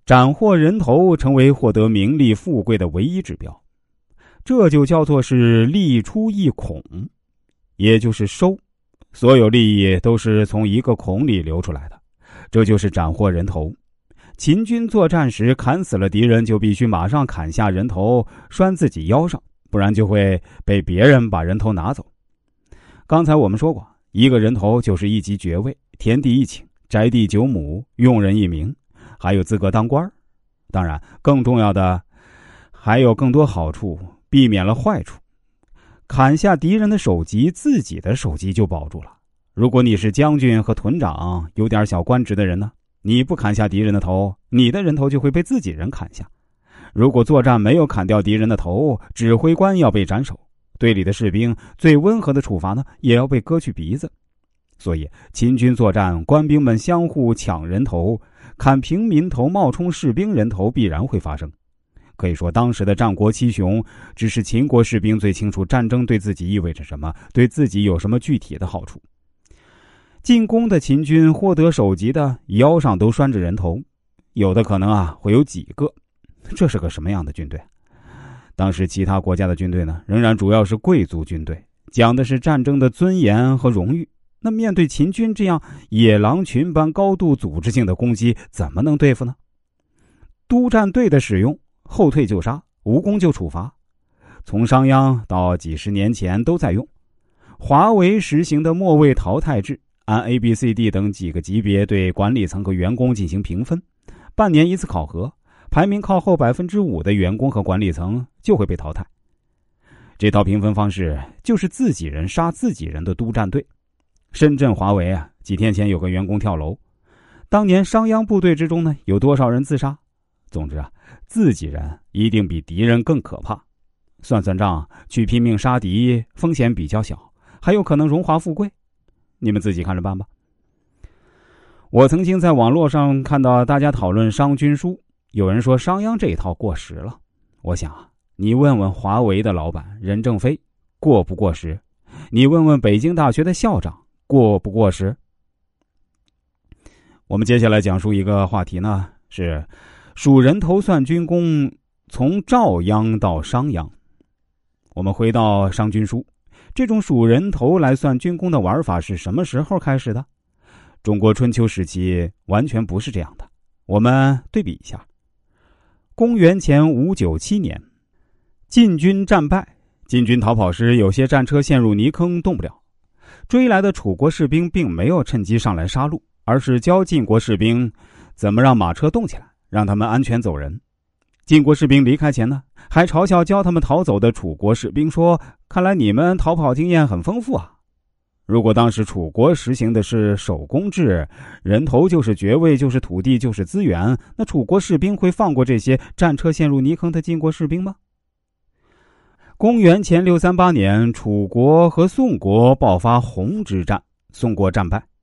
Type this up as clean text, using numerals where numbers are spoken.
斩获人头成为获得名利富贵的唯一指标，这就叫做是利出一孔，也就是收，所有利益都是从一个孔里流出来的，这就是斩获人头。秦军作战时砍死了敌人，就必须马上砍下人头拴自己腰上，不然就会被别人把人头拿走。刚才我们说过，一个人头就是一级爵位，田地一顷，宅地9亩，用人一名，还有资格当官。当然更重要的还有更多好处，避免了坏处。砍下敌人的首级，自己的首级就保住了。如果你是将军和屯长，有点小官职的人呢，你不砍下敌人的头，你的人头就会被自己人砍下。如果作战没有砍掉敌人的头，指挥官要被斩首，队里的士兵最温和的处罚呢，也要被割去鼻子。所以秦军作战，官兵们相互抢人头，砍平民头，冒充士兵人头，必然会发生。可以说当时的战国七雄，只是秦国士兵最清楚战争对自己意味着什么，对自己有什么具体的好处。进攻的秦军获得首级的腰上都拴着人头，有的可能会有几个。这是个什么样的军队？当时其他国家的军队呢，仍然主要是贵族军队，讲的是战争的尊严和荣誉。那面对秦军这样野狼群般高度组织性的攻击，怎么能对付呢？督战队的使用，后退就杀，无功就处罚，从商鞅到几十年前都在用。华为实行的末位淘汰制，按 A、B、C、D 等几个级别对管理层和员工进行评分，半年一次考核，排名靠后 5% 的员工和管理层就会被淘汰。这套评分方式就是自己人杀自己人的督战队。深圳华为几天前有个员工跳楼，当年商鞅部队之中呢，有多少人自杀？总之自己人一定比敌人更可怕。算算账，去拼命杀敌，风险比较小，还有可能荣华富贵，你们自己看着办吧。我曾经在网络上看到大家讨论商军书，有人说商鞅这一套过时了。我想你问问华为的老板任正非，过不过时？你问问北京大学的校长，过不过时？我们接下来讲述一个话题呢，是数人头算军功，从赵鞅到商鞅。我们回到商军书，这种数人头来算军功的玩法是什么时候开始的？中国春秋时期完全不是这样的。我们对比一下，公元前597年，晋军战败，晋军逃跑时，有些战车陷入泥坑动不了，追来的楚国士兵并没有趁机上来杀戮，而是教晋国士兵怎么让马车动起来，让他们安全走人。晋国士兵离开前呢，还嘲笑教他们逃走的楚国士兵说，看来你们逃跑经验很丰富啊。如果当时楚国实行的是手工制，人头就是爵位，就是土地，就是资源，那楚国士兵会放过这些战车陷入泥坑的晋国士兵吗？公元前638年，楚国和宋国爆发闳之战，宋国战败，